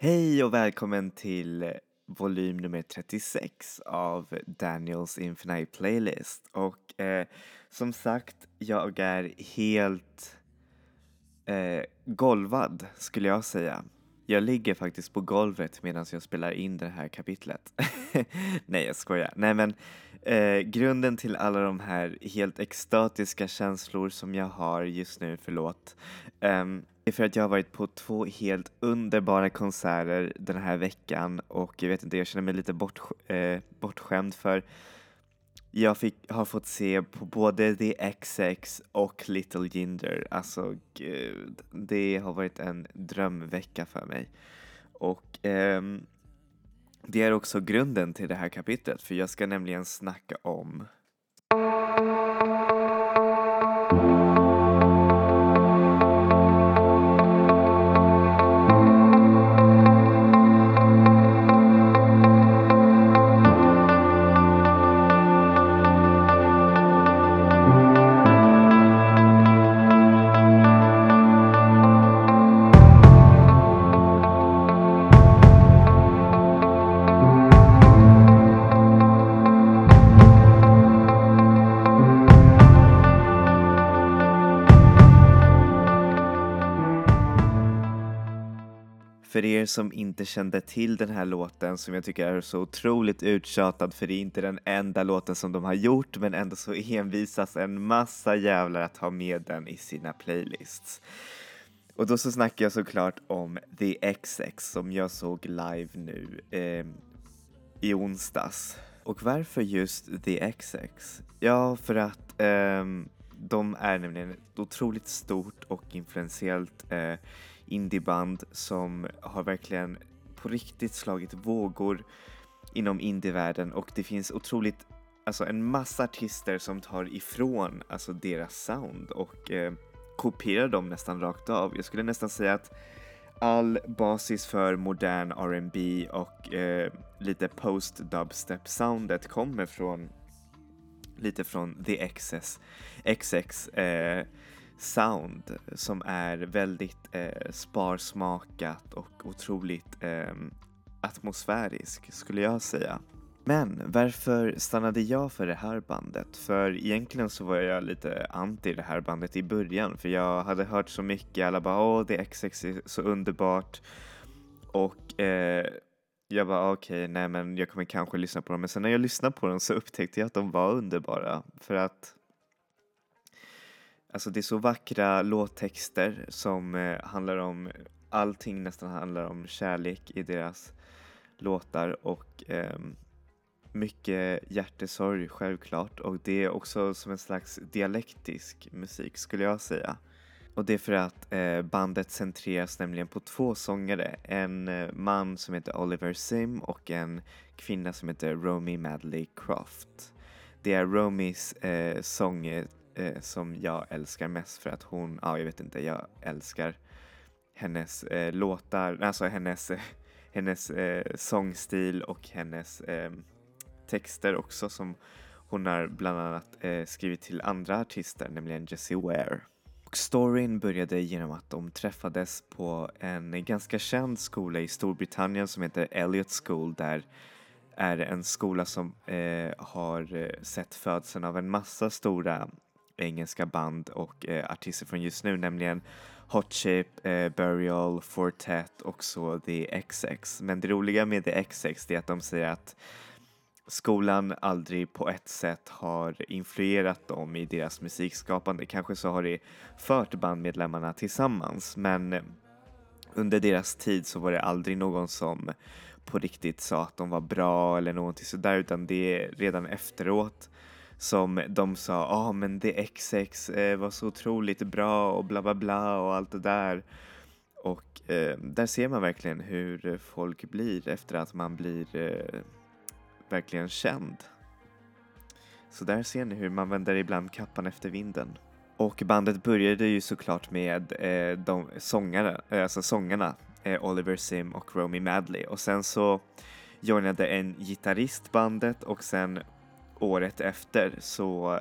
Hej och välkommen till volym nummer 36 av Daniels Infinite Playlist. Och som sagt, jag är helt golvad skulle jag säga. Jag ligger faktiskt på golvet medan jag spelar in det här kapitlet. Nej, jag skojar. Nej, men grunden till alla de här helt extatiska känslor som jag har just nu, förlåt, det är för att jag har varit på 2 helt underbara konserter den här veckan och jag vet inte, jag känner mig lite bortskämd för har fått se på både The XX och Little Jinder. Alltså gud, det har varit en drömvecka för mig. Och det är också grunden till det här kapitlet, för jag ska nämligen snacka om för er som inte kände till den här låten, som jag tycker är så otroligt uttjatad, för det är inte den enda låten som de har gjort, men ändå så envisas en massa jävlar att ha med den i sina playlists. Och då så snackar jag såklart om The XX som jag såg live nu i onsdags. Och varför just The XX? Ja, för att de är nämligen ett otroligt stort och influentiellt indieband som har verkligen på riktigt slagit vågor inom indievärlden, och det finns otroligt, alltså en massa artister som tar ifrån alltså deras sound och kopierar dem nästan rakt av. Jag skulle nästan säga att all basis för modern R&B och lite post-dubstep soundet kommer från lite från The XX sound, som är väldigt sparsmakat och otroligt atmosfärisk skulle jag säga. Men varför stannade jag för det här bandet? För egentligen så var jag lite anti det här bandet i början, för jag hade hört så mycket, alla bara The XX är så underbart, och jag bara okej, nej men jag kommer kanske lyssna på dem. Men sen när jag lyssnade på dem så upptäckte jag att de var underbara, för att alltså det är så vackra låttexter som handlar om, allting nästan handlar om kärlek i deras låtar, och mycket hjärtesorg självklart, och det är också som en slags dialektisk musik skulle jag säga. Och det är för att bandet centreras nämligen på 2 sångare, en man som heter Oliver Sim och en kvinna som heter Romy Madley Croft. Det är Romys sång som jag älskar mest, för att hon, jag vet inte, jag älskar hennes låtar, alltså hennes sångstil och hennes texter också, som hon har bland annat skrivit till andra artister, nämligen Jessie Ware. Och storyn började genom att de träffades på en ganska känd skola i Storbritannien som heter Elliot School. Där är en skola som har sett födseln av en massa stora engelska band och artister från just nu, nämligen Hot Chip, Burial, Fortet och så The XX. Men det roliga med The XX är att de säger att skolan aldrig på ett sätt har influerat dem i deras musikskapande. Kanske så har det fört bandmedlemmarna tillsammans, men under deras tid så var det aldrig någon som på riktigt sa att de var bra eller någonting sådär, utan det är redan efteråt som de sa men The XX var så otroligt bra och bla bla bla och allt det där. Och där ser man verkligen hur folk blir efter att man blir verkligen känd. Så där ser ni hur man vänder ibland kappan efter vinden. Och bandet började ju såklart med de sångarna Oliver Sim och Romy Madley, och sen så joinade en gitarrist bandet, och sen året efter så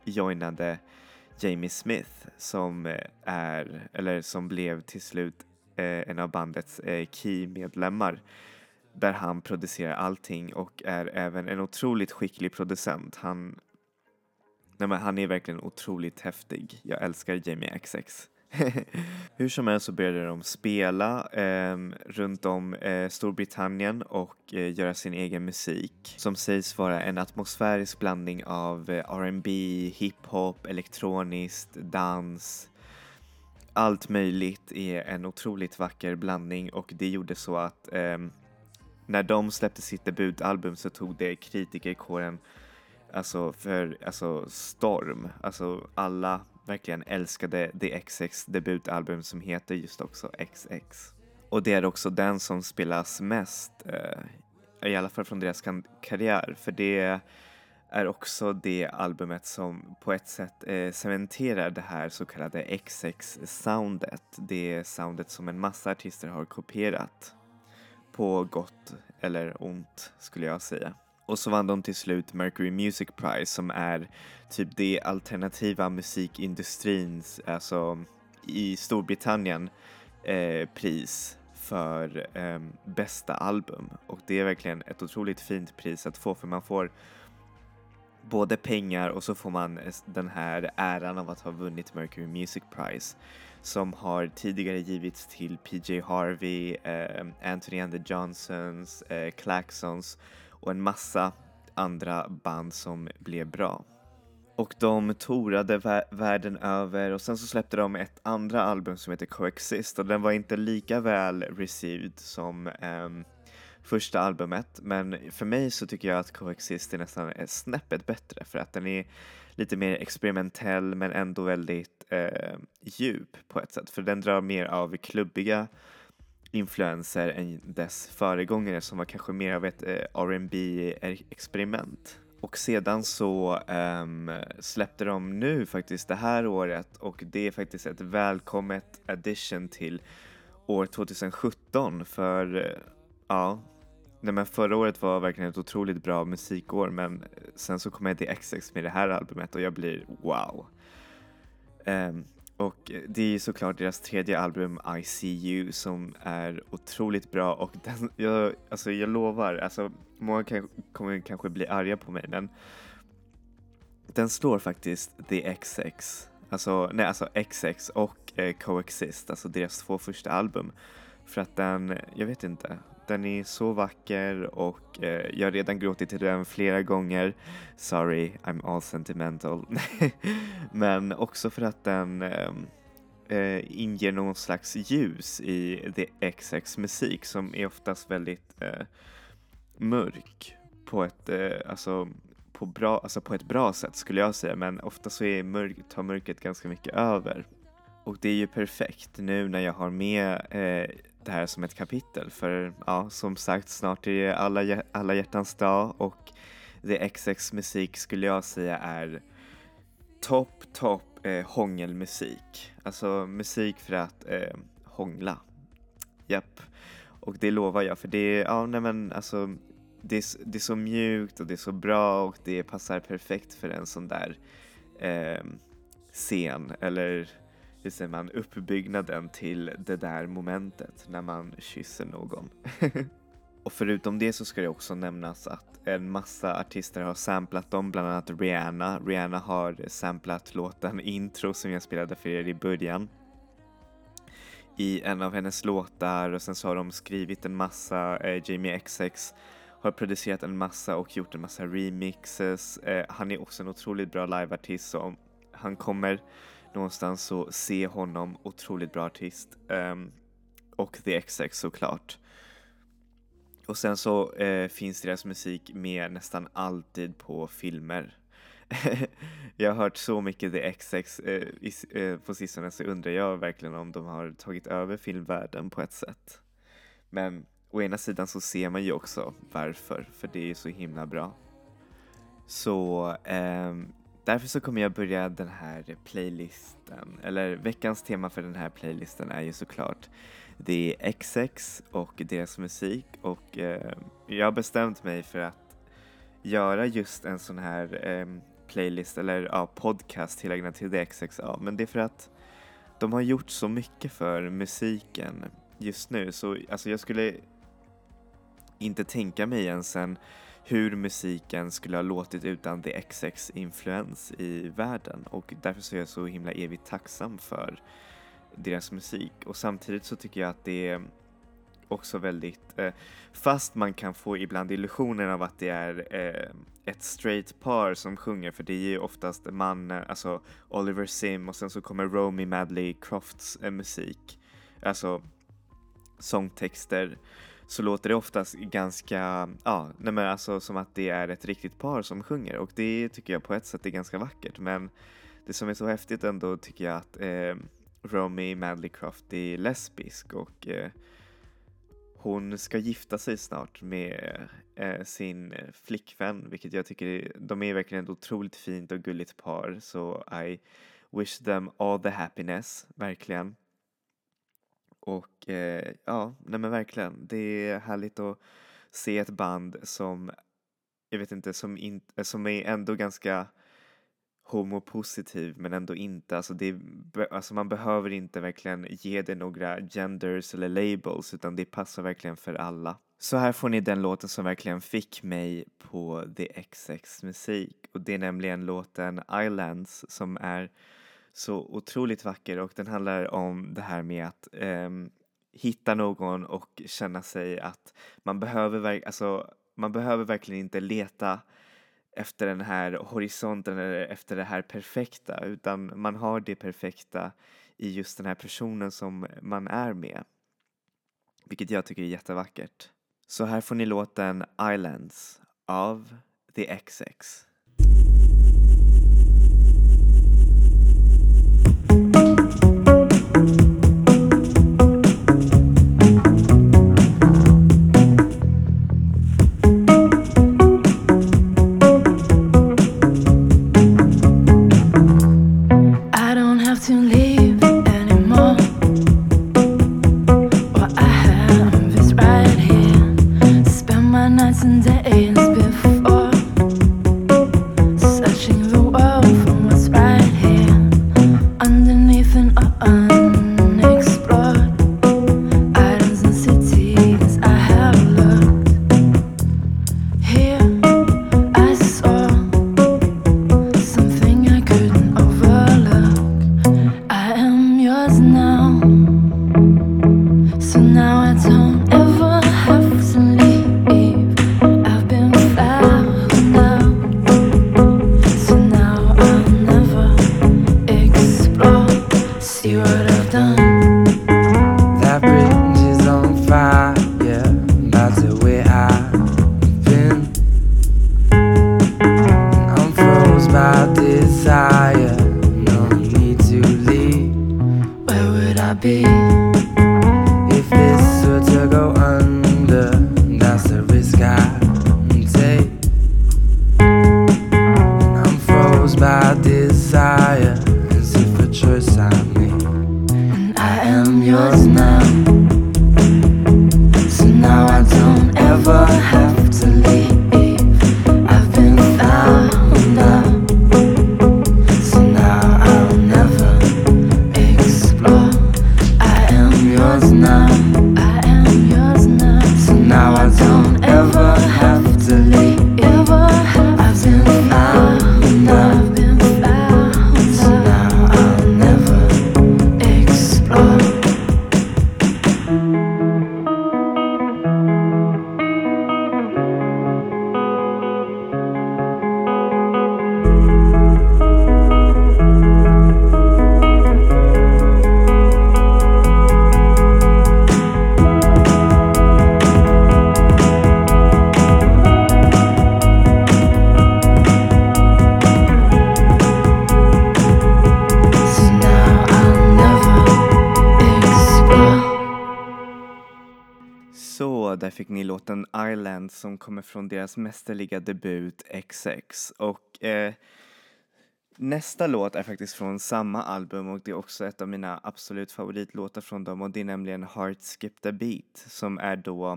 joinade Jamie Smith som blev till slut en av bandets Key-medlemmar, där han producerar allting och är även en otroligt skicklig producent. Han är verkligen otroligt häftig. Jag älskar Jamie XX. Hur som helst så började de spela runt om Storbritannien och göra sin egen musik som sägs vara en atmosfärisk blandning av R&B, hiphop, elektroniskt, dans. Allt möjligt är en otroligt vacker blandning, och det gjorde så att när de släppte sitt debutalbum så tog det kritikerkåren storm. Alltså alla verkligen älskade The XX debutalbum som heter just också XX. Och det är också den som spelas mest, i alla fall från deras karriär, för det är också det albumet som på ett sätt cementerar det här så kallade XX-soundet. Det soundet som en massa artister har kopierat, på gott eller ont skulle jag säga. Och så vann de till slut Mercury Music Prize, som är typ det alternativa musikindustrins, alltså i Storbritannien, pris för bästa album. Och det är verkligen ett otroligt fint pris att få, för man får både pengar och så får man den här äran av att ha vunnit Mercury Music Prize, som har tidigare givits till PJ Harvey, Anthony and the Johnsons, Klaxons och en massa andra band som blev bra. Och de tourade världen över, och sen så släppte de ett andra album som heter Coexist, och den var inte lika väl received som första albumet, men för mig så tycker jag att Coexist är nästan snäppet bättre, för att den är lite mer experimentell men ändå väldigt djup på ett sätt, för den drar mer av klubbiga influenser än dess föregångare som var kanske mer av ett R&B-experiment. Och sedan så släppte de nu faktiskt det här året, och det är faktiskt ett välkommet addition till år 2017, för men förra året var verkligen ett otroligt bra musikår, men sen så kommer The XX med det här albumet och jag blir wow. Och det är såklart deras tredje album I See You som är otroligt bra, och jag lovar, många kommer kanske bli arga på mig, men den slår faktiskt The XX, XX och Coexist, alltså deras två första album, för att jag vet inte, den är så vacker, och jag har redan gråtit till den flera gånger. Sorry, I'm all sentimental. Men också för att den inger någon slags ljus i The XX musik, som är oftast väldigt mörk på ett på ett bra sätt skulle jag säga, men ofta så tar mörkret ganska mycket över. Och det är ju perfekt nu när jag har med det här som ett kapitel, för som sagt, snart är det alla hjärtans dag, och The XX musik skulle jag säga är topp hångelmusik. Alltså musik för att hångla. Japp. Och det lovar jag, för det är det är så mjukt och det är så bra, och det passar perfekt för en sån där scen, eller hur säger man, uppbyggnaden till det där momentet när man kysser någon. Och förutom det så ska det också nämnas att en massa artister har samplat dem, bland annat Rihanna. Rihanna har samplat låten Intro som jag spelade för er i början i en av hennes låtar, och sen så har de skrivit en massa. Jamie XX har producerat en massa och gjort en massa remixes. Han är också en otroligt bra liveartist, så han kommer någonstans så se honom, otroligt bra artist. Och The XX såklart. Och sen så finns deras musik med nästan alltid på filmer. Jag har hört så mycket The XX på sistone, så undrar jag verkligen om de har tagit över filmvärlden på ett sätt. Men å ena sidan så ser man ju också varför, för det är så himla bra. Så därför så kommer jag börja den här playlisten, eller veckans tema för den här playlisten är ju såklart The XX och deras musik, och jag har bestämt mig för att göra just en sån här playlist, eller podcast tillägnad till The XX, men det är för att de har gjort så mycket för musiken just nu. Så alltså jag skulle inte tänka mig ens hur musiken skulle ha låtit utan The XX influens i världen, och därför så är jag så himla evigt tacksam för deras musik. Och samtidigt så tycker jag att det är också väldigt, fast man kan få ibland illusionen av att det är ett straight par som sjunger, för det är ju oftast alltså Oliver Sim, och sen så kommer Romy Madley Crofts musik, alltså sångtexter, så låter det oftast ganska, alltså som att det är ett riktigt par som sjunger, och det tycker jag på ett sätt är ganska vackert. Men det som är så häftigt ändå tycker jag att Romy Madley Croft är lesbisk, och hon ska gifta sig snart med sin flickvän, vilket jag tycker de är verkligen ett otroligt fint och gulligt par, så I wish them all the happiness, verkligen. Och nej men verkligen, det är härligt att se ett band som, jag vet inte, som är ändå ganska homopositiv men ändå inte, alltså alltså man behöver inte verkligen ge det några genders eller labels, utan det passar verkligen för alla. Så här får ni den låten som verkligen fick mig på The XX musik, och det är nämligen låten Islands, som är så otroligt vacker, och den handlar om det här med att hitta någon och känna sig att man behöver verkligen inte leta efter den här horisonten eller efter det här perfekta, utan man har det perfekta i just den här personen som man är med, vilket jag tycker är jättevackert. Så här får ni låten Islands av The XX. Så där fick ni låten Island som kommer från deras mästerliga debut XX. Och nästa låt är faktiskt från samma album, och det är också ett av mina absolut favoritlåtar från dem, och det är nämligen Heart Skip the Beat, som är då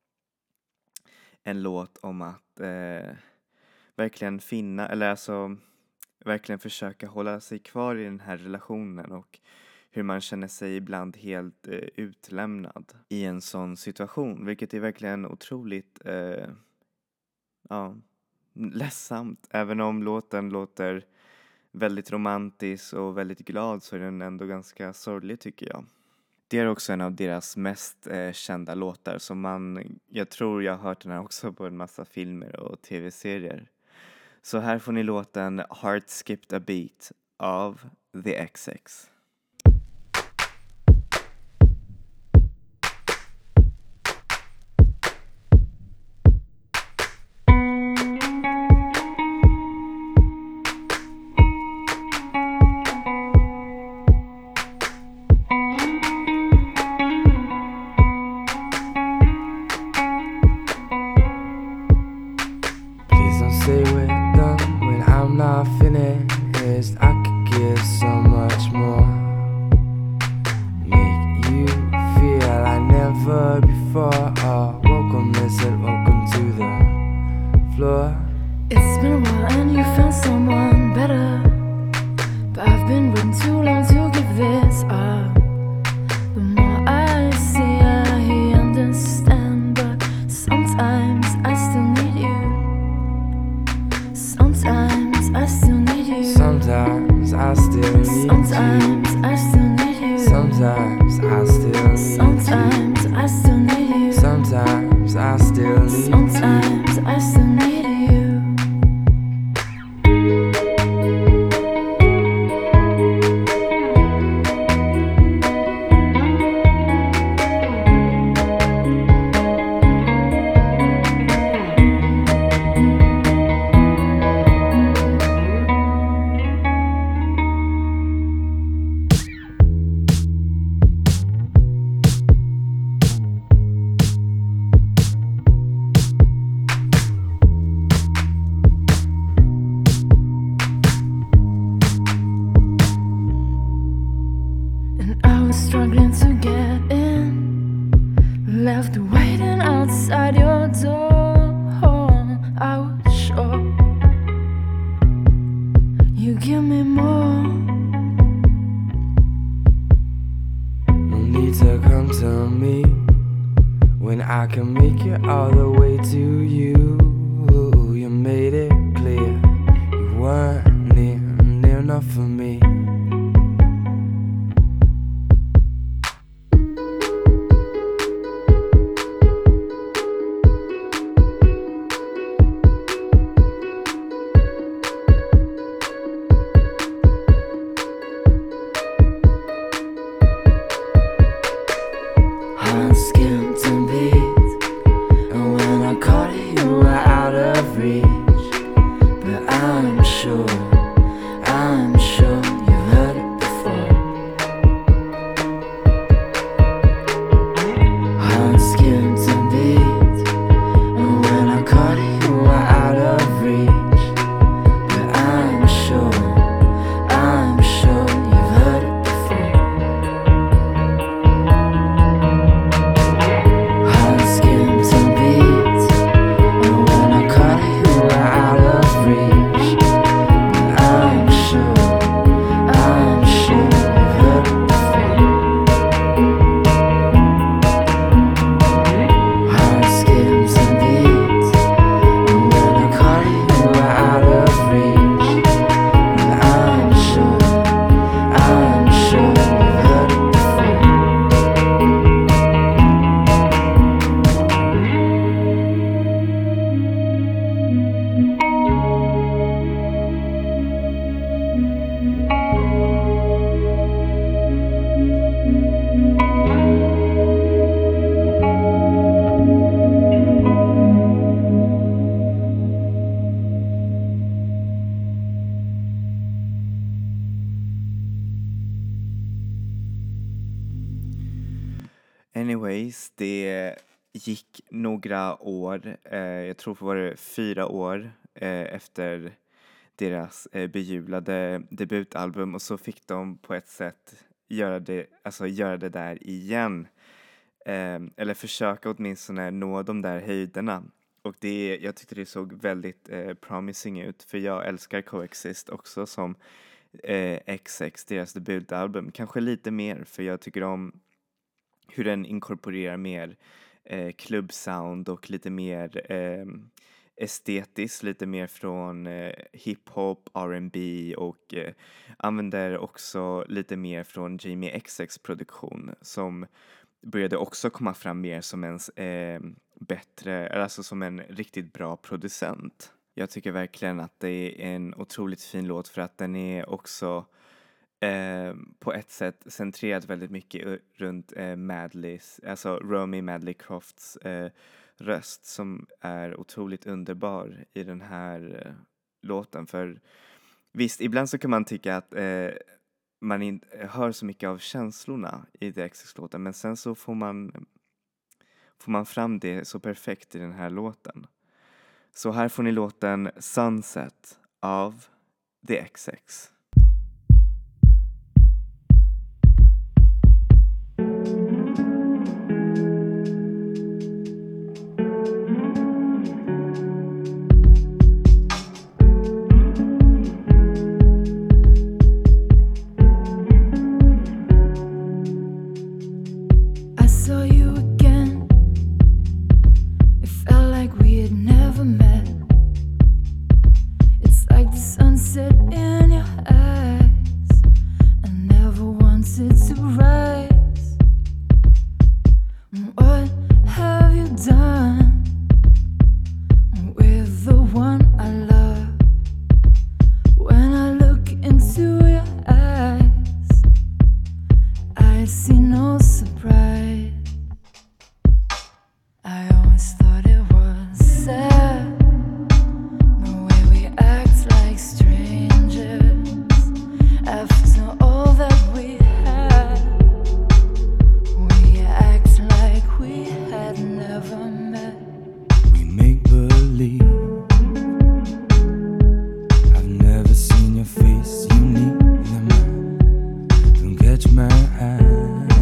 en låt om att verkligen verkligen försöka hålla sig kvar i den här relationen, och hur man känner sig ibland helt utlämnad i en sån situation, vilket är verkligen otroligt ja, ledsamt. Även om låten låter väldigt romantisk och väldigt glad så är den ändå ganska sorglig tycker jag. Det är också en av deras mest kända låtar som jag tror jag har hört den här också på en massa filmer och tv-serier. Så här får ni låten Heart Skipped a Beat av The XX. Say we're done when I'm not finished. I could give so much more. Make you feel like never before. Oh, welcome, they said welcome to the floor. It's been a while and you found someone better, but I've been waiting too long to give this up. The more I see, I understand, but sometimes I still need you. Sometimes I still need you. Sometimes I still need Sometimes you. I still need you. Sometimes I still need Sometimes I still need you. Sometimes I still need Sometimes I still need you. Struggling to get in, left waiting outside your door. I was sure you give me more. No need to come to me when I can make it all the way to you. You made it clear you weren't near enough for me. Skipped a beat, and when I caught it, you were out of reach. But I'm sure you've heard it before. Heart skipped a beat, and when I caught it, you were out of reach. But I'm sure you've heard it before. Anyways, det gick några år, jag tror det var 4 år efter deras bejublade debutalbum, och så fick de på ett sätt göra det där igen. Eller försöka åtminstone nå de där höjderna. Och jag tyckte det såg väldigt promising ut, för jag älskar Coexist också som XX, deras debutalbum. Kanske lite mer, för jag tycker om hur den inkorporerar mer klubbsound och lite mer estetiskt, lite mer från hiphop, R&B och använder också lite mer från Jamie XX produktion som började också komma fram mer som en bättre, alltså som en riktigt bra producent. Jag tycker verkligen att det är en otroligt fin låt för att den är också på ett sätt centrerat väldigt mycket runt Madleys, alltså Romy Madley Crofts röst som är otroligt underbar i den här låten. För visst, ibland så kan man tycka att man inte hör så mycket av känslorna i The XX-låten, men sen så får man fram det så perfekt i den här låten. Så här får ni låten Sunset av The XX. I saw you again. It felt like we had never met. It's like the sunset in your eyes. I never wanted to rise. What have you done with the one I love? When I look into your eyes, I see no surprise. I always thought it was sad, the way we act like strangers after all that we had. We act like we had never met. We make believe. I've never seen your face, you need them. Don't catch my eye.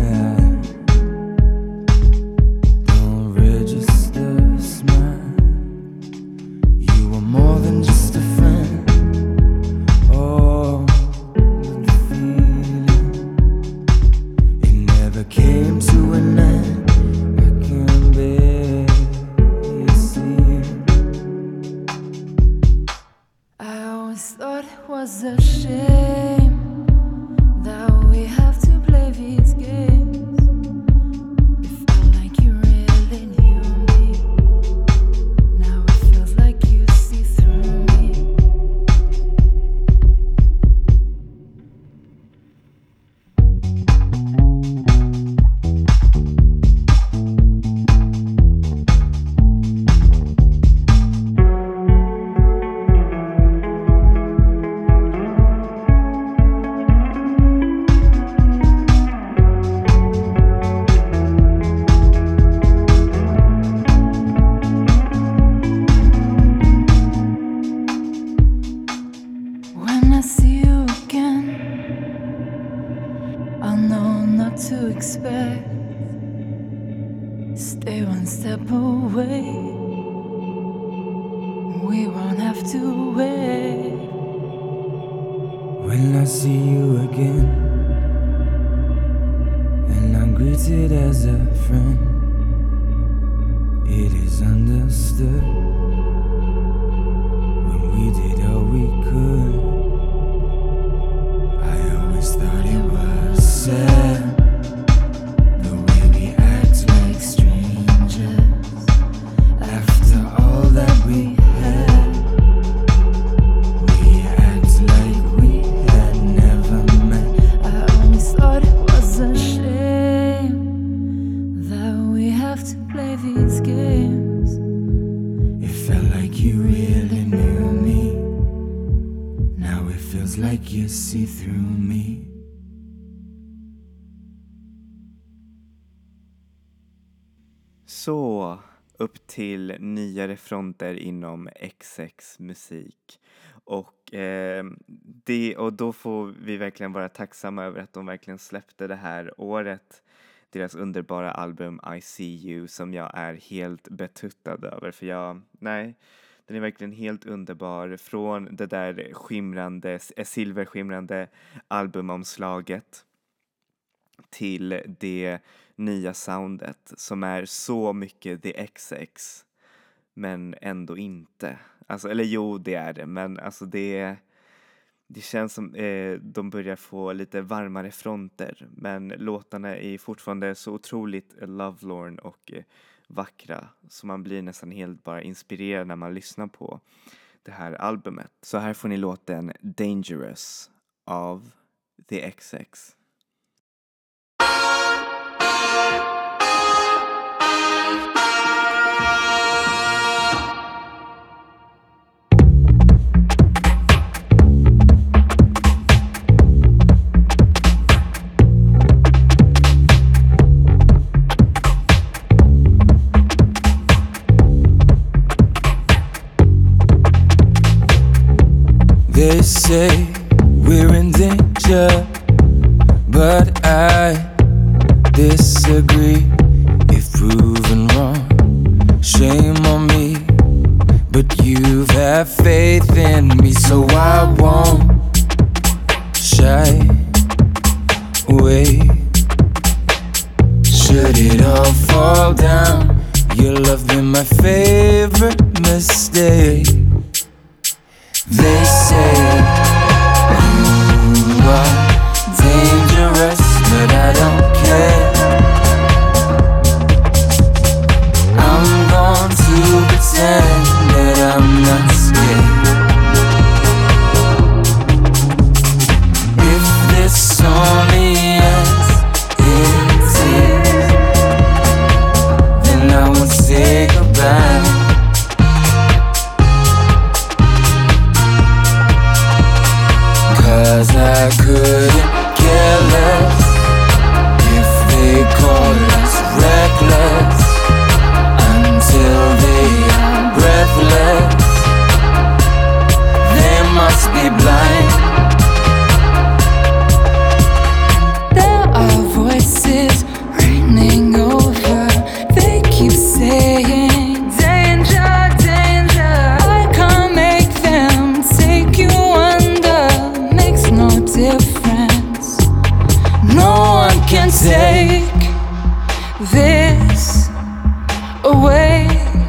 Don't register a smile. You were more than just a friend. Oh, the feeling, it never came to an end. I can barely see it. I always thought it was a shame that we have to play these games. It felt like you really knew me. Now it feels like you see through me. When I see you again, I'll know not to expect. Stay one step away. We won't have to wait. When I see you again, and I'm greeted as a friend, it is understood. When we did all we could, I always thought it was sad, the way we act like strangers after all that we had. We act like we had never met. I always thought it was a shame that we have to play these games. It felt like you really knew me. Now it feels like you see through me. Så, upp till nyare fronter inom XX musik. Och, och då får vi verkligen vara tacksamma över att de verkligen släppte det här året. Deras underbara album I See You som jag är helt betuttad över. För Den är verkligen helt underbar. Från det där silverskimrande albumomslaget till det nya soundet som är så mycket The XX men ändå inte. Alltså, eller jo, det är det, men alltså det känns som de börjar få lite varmare fronter, men låtarna är fortfarande så otroligt lovelorn och vackra, så man blir nästan helt bara inspirerad när man lyssnar på det här albumet. Så här får ni låten Dangerous av The XX. They say we're in danger, but I disagree. If proven wrong, shame on me, but you've had faith in me, so I won't shy away. Should it all fall down, your love been my favorite mistake. They say you are dangerous, but I don't care. I'm going to pretend that I'm not scared. If this only ends in tears, then I won't say goodbye. 'Cause I couldn't care less if they call us reckless until they are breathless. They must be blind. There are voices raining over. They keep saying danger, danger. I can't make them take you under. Makes no difference. No one can take this away.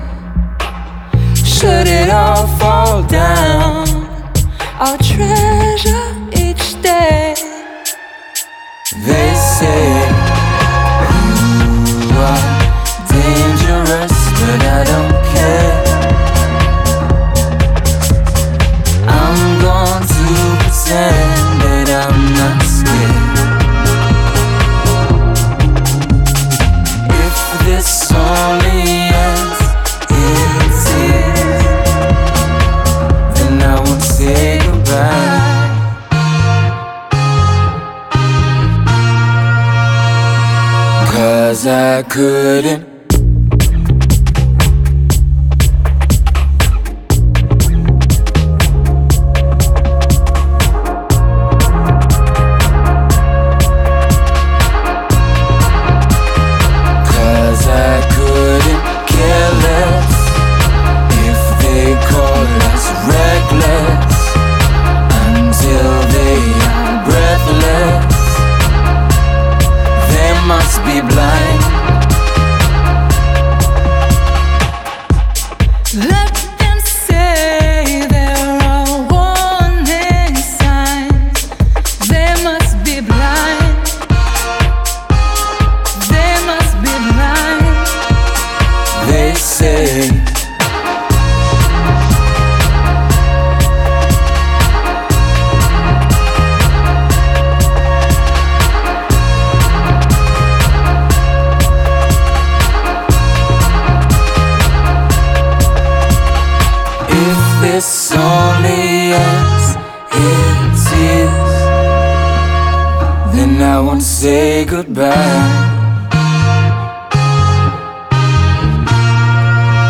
Should it all fall down, I'll treasure each day. They say you are dangerous, but I don't care. I'm going to pretend that I'm not scared. If this only ends in tears, then I won't say goodbye. 'Cause I couldn't. Be blind. Let them say there are warning signs. They must be blind. They must be blind. They say this only ends in tears, then I won't say goodbye.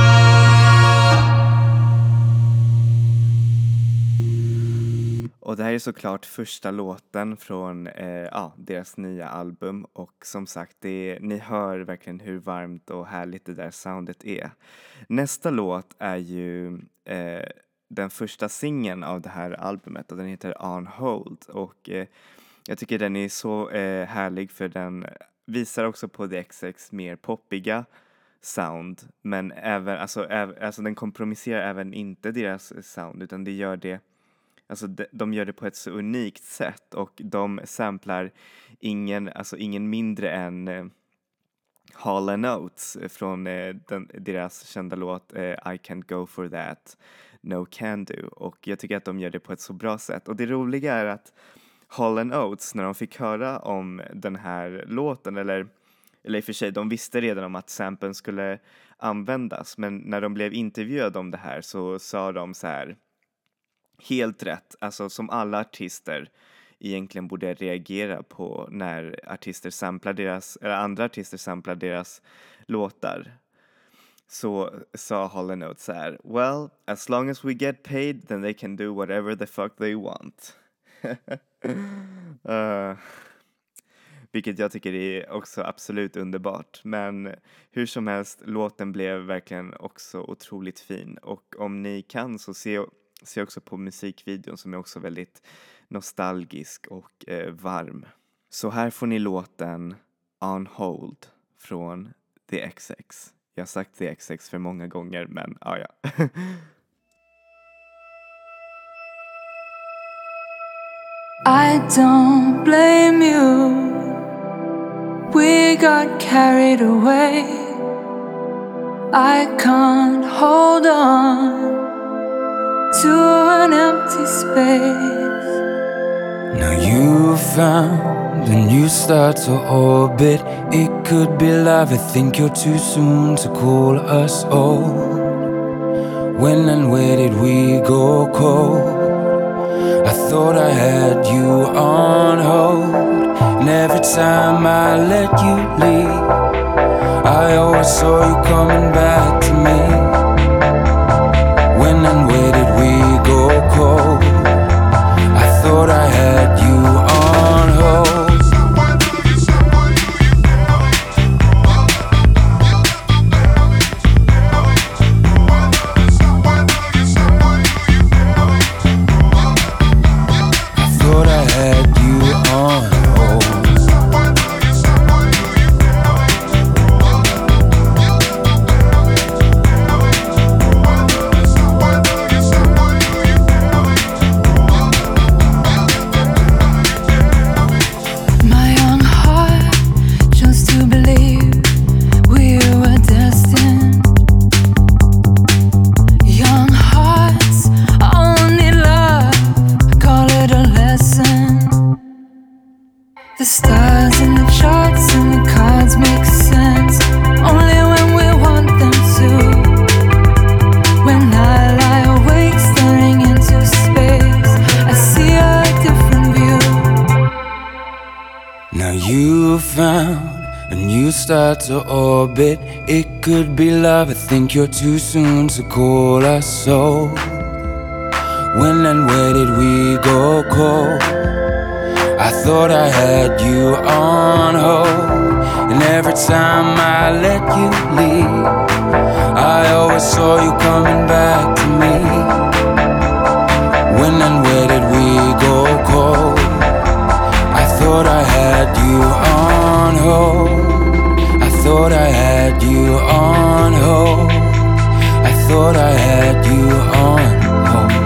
Och det här här är såklart första låten från deras nya album och som sagt, ni hör verkligen hur varmt och härligt det där soundet är. Nästa låt är ju den första singeln av det här albumet och den heter On Hold och jag tycker den är så härlig för den visar också på The XX mer poppiga sound men även, alltså den kompromisserar även inte deras sound utan det gör det. Alltså de gör det på ett så unikt sätt och de samplar ingen mindre än Hall & Oates från deras kända låt I Can't Go For That, No Can Do och jag tycker att de gör det på ett så bra sätt och det roliga är att Hall & Oates när de fick höra om den här låten eller i och för sig, de visste redan om att samplen skulle användas men när de blev intervjuade om det här så sa de så här. Helt rätt, alltså som alla artister egentligen borde reagera på när artister samplar andra artister samplar deras låtar. Så sa Hall & Oates så här: well, as long as we get paid then they can do whatever the fuck they want. Vilket jag tycker är också absolut underbart. Men hur som helst, låten blev verkligen också otroligt fin. Och om ni kan så se också på musikvideon som är också väldigt nostalgisk och varm. Så här får ni låten On Hold från The XX. Jag har sagt The XX för många gånger men ja. I don't blame you. We got carried away. I can't hold on to an empty space. Now you found a new star to orbit. It could be love. I think you're too soon to call us old. When and where did we go cold? I thought I had you on hold. And every time I let you leave, I always saw you coming back to me. When and where did we go cold? I thought I had you on hold. The stars and the charts and the cards make sense only when we want them to. When I lie awake staring into space, I see a different view. Now you found a new star to orbit. It could be love. I think you're too soon to call us so. When and where did we go cold? I thought I had you on hold. And every time I let you leave, I always saw you coming back to me. When and where did we go cold? I thought I had you on hold. I thought I had you on hold. I thought I had you on hold.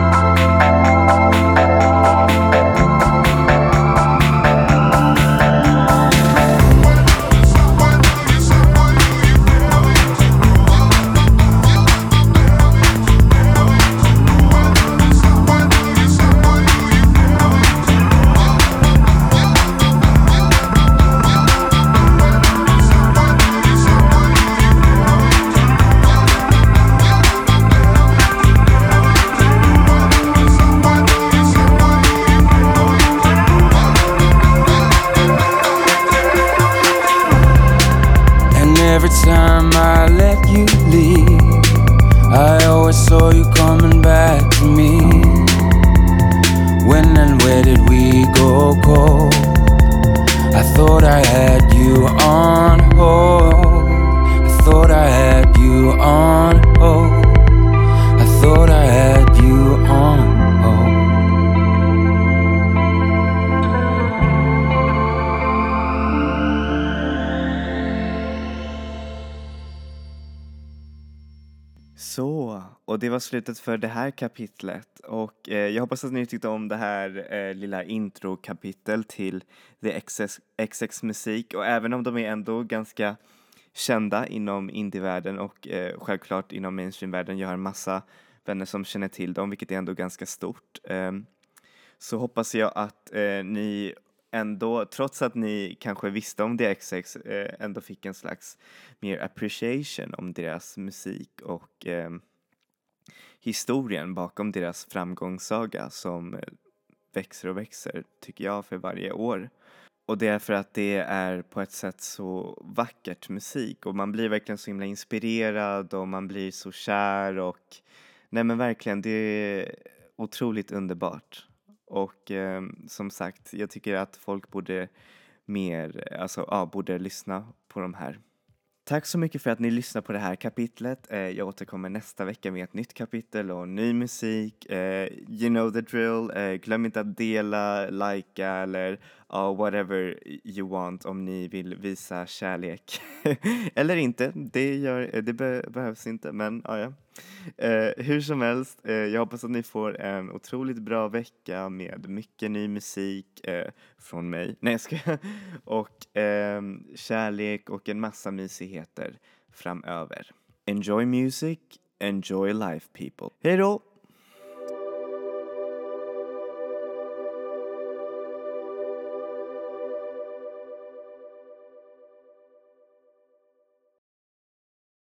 Every time I let you leave, I always saw you coming back to me. When cold. I thought I had you on hold. I thought I had you on hold. I thought I had you on hold. Så, och det var slutet för det här kapitlet och jag hoppas att ni tyckte om det här lilla introkapitel till The XX musik, och även om de är ändå ganska kända inom indievärlden och självklart inom mainstreamvärlden, jag har en massa vänner som känner till dem, vilket är ändå ganska stort, så hoppas jag att ni ändå, trots att ni kanske visste om DXX, ändå fick en slags mer appreciation om deras musik och historien bakom deras framgångssaga som växer och växer, tycker jag, för varje år. Och det är för att det är på ett sätt så vackert musik och man blir verkligen så himla inspirerad och man blir så kär och nej men verkligen, det är otroligt underbart. Och som sagt, jag tycker att folk borde borde lyssna på de här. Tack så mycket för att ni lyssnar på det här kapitlet. Jag återkommer nästa vecka med ett nytt kapitel och ny musik. You know the drill. Glöm inte att dela, likea eller whatever you want om ni vill visa kärlek. Eller inte, behövs inte, men ja. Hur som helst, jag hoppas att ni får en otroligt bra vecka med mycket ny musik från mig. Nej, jag ska och kärlek och en massa mysigheter framöver. Enjoy music, enjoy life people. Hej då!